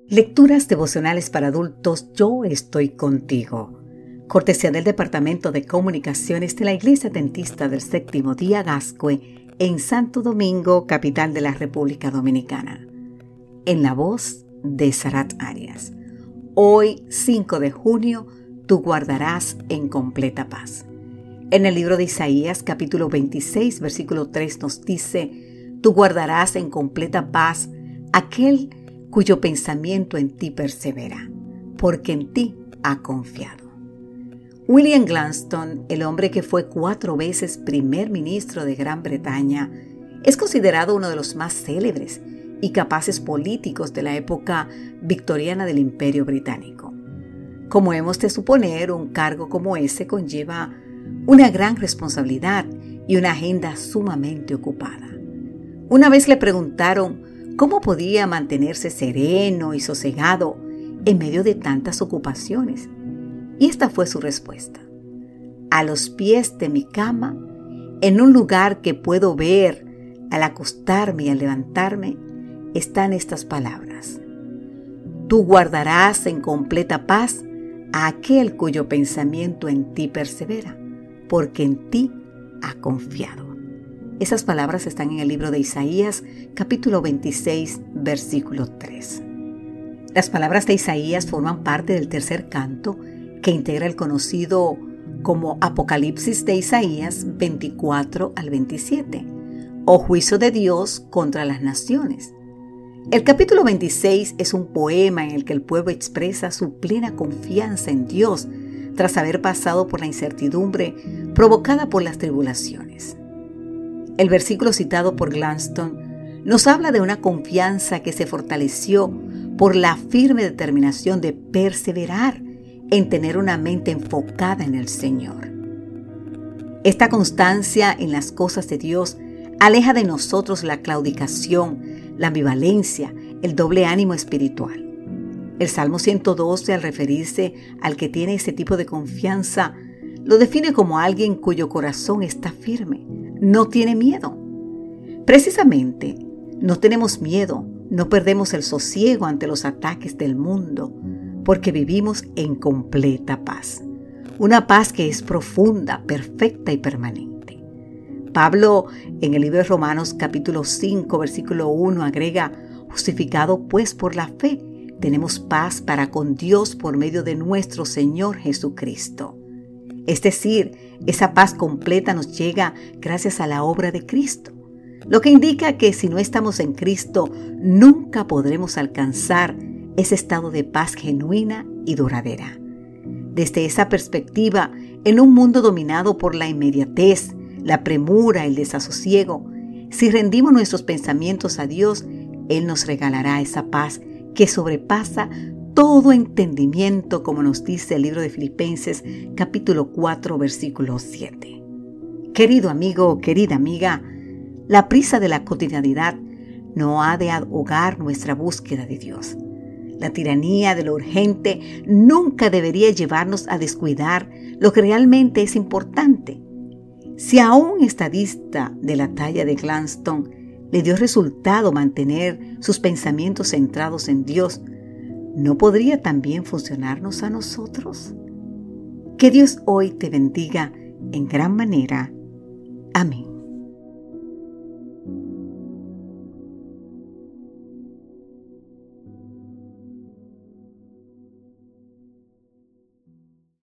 Lecturas devocionales para adultos. Yo estoy contigo. Cortesía del Departamento de Comunicaciones de la Iglesia Adventista del Séptimo Día Gascue en Santo Domingo, capital de la República Dominicana. En la voz de Sarat Arias. Hoy, 5 de junio, tú guardarás en completa paz. En el libro de Isaías, capítulo 26, versículo 3 nos dice: tú guardarás en completa paz aquel cuyo pensamiento en ti persevera, porque en ti ha confiado. William Gladstone, el hombre que fue 4 veces primer ministro de Gran Bretaña, es considerado uno de los más célebres y capaces políticos de la época victoriana del Imperio Británico. Como hemos de suponer, un cargo como ese conlleva una gran responsabilidad y una agenda sumamente ocupada. Una vez le preguntaron cómo podía mantenerse sereno y sosegado en medio de tantas ocupaciones. Y esta fue su respuesta: a los pies de mi cama, en un lugar que puedo ver al acostarme y al levantarme, están estas palabras: tú guardarás en completa paz a aquel cuyo pensamiento en ti persevera, porque en ti ha confiado. Esas palabras están en el libro de Isaías, capítulo 26, versículo 3. Las palabras de Isaías forman parte del tercer canto que integra el conocido como Apocalipsis de Isaías 24 al 27, o juicio de Dios contra las naciones. El capítulo 26 es un poema en el que el pueblo expresa su plena confianza en Dios tras haber pasado por la incertidumbre provocada por las tribulaciones. El versículo citado por Gladstone nos habla de una confianza que se fortaleció por la firme determinación de perseverar en tener una mente enfocada en el Señor. Esta constancia en las cosas de Dios aleja de nosotros la claudicación, la ambivalencia, el doble ánimo espiritual. El Salmo 112, al referirse al que tiene ese tipo de confianza, lo define como alguien cuyo corazón está firme, no tiene miedo. Precisamente, no tenemos miedo, no perdemos el sosiego ante los ataques del mundo, porque vivimos en completa paz. Una paz que es profunda, perfecta y permanente. Pablo, en el libro de Romanos capítulo 5, versículo 1, agrega: justificado pues por la fe, tenemos paz para con Dios por medio de nuestro Señor Jesucristo. Es decir, esa paz completa nos llega gracias a la obra de Cristo, lo que indica que si no estamos en Cristo, nunca podremos alcanzar ese estado de paz genuina y duradera. Desde esa perspectiva, en un mundo dominado por la inmediatez, la premura, el desasosiego, si rendimos nuestros pensamientos a Dios, Él nos regalará esa paz que sobrepasa todo entendimiento, como nos dice el libro de Filipenses, capítulo 4, versículo 7. Querido amigo, querida amiga, la prisa de la cotidianidad no ha de ahogar nuestra búsqueda de Dios. La tiranía de lo urgente nunca debería llevarnos a descuidar lo que realmente es importante. Si a un estadista de la talla de Gladstone le dio resultado mantener sus pensamientos centrados en Dios, ¿no podría también funcionarnos a nosotros? Que Dios hoy te bendiga en gran manera. Amén.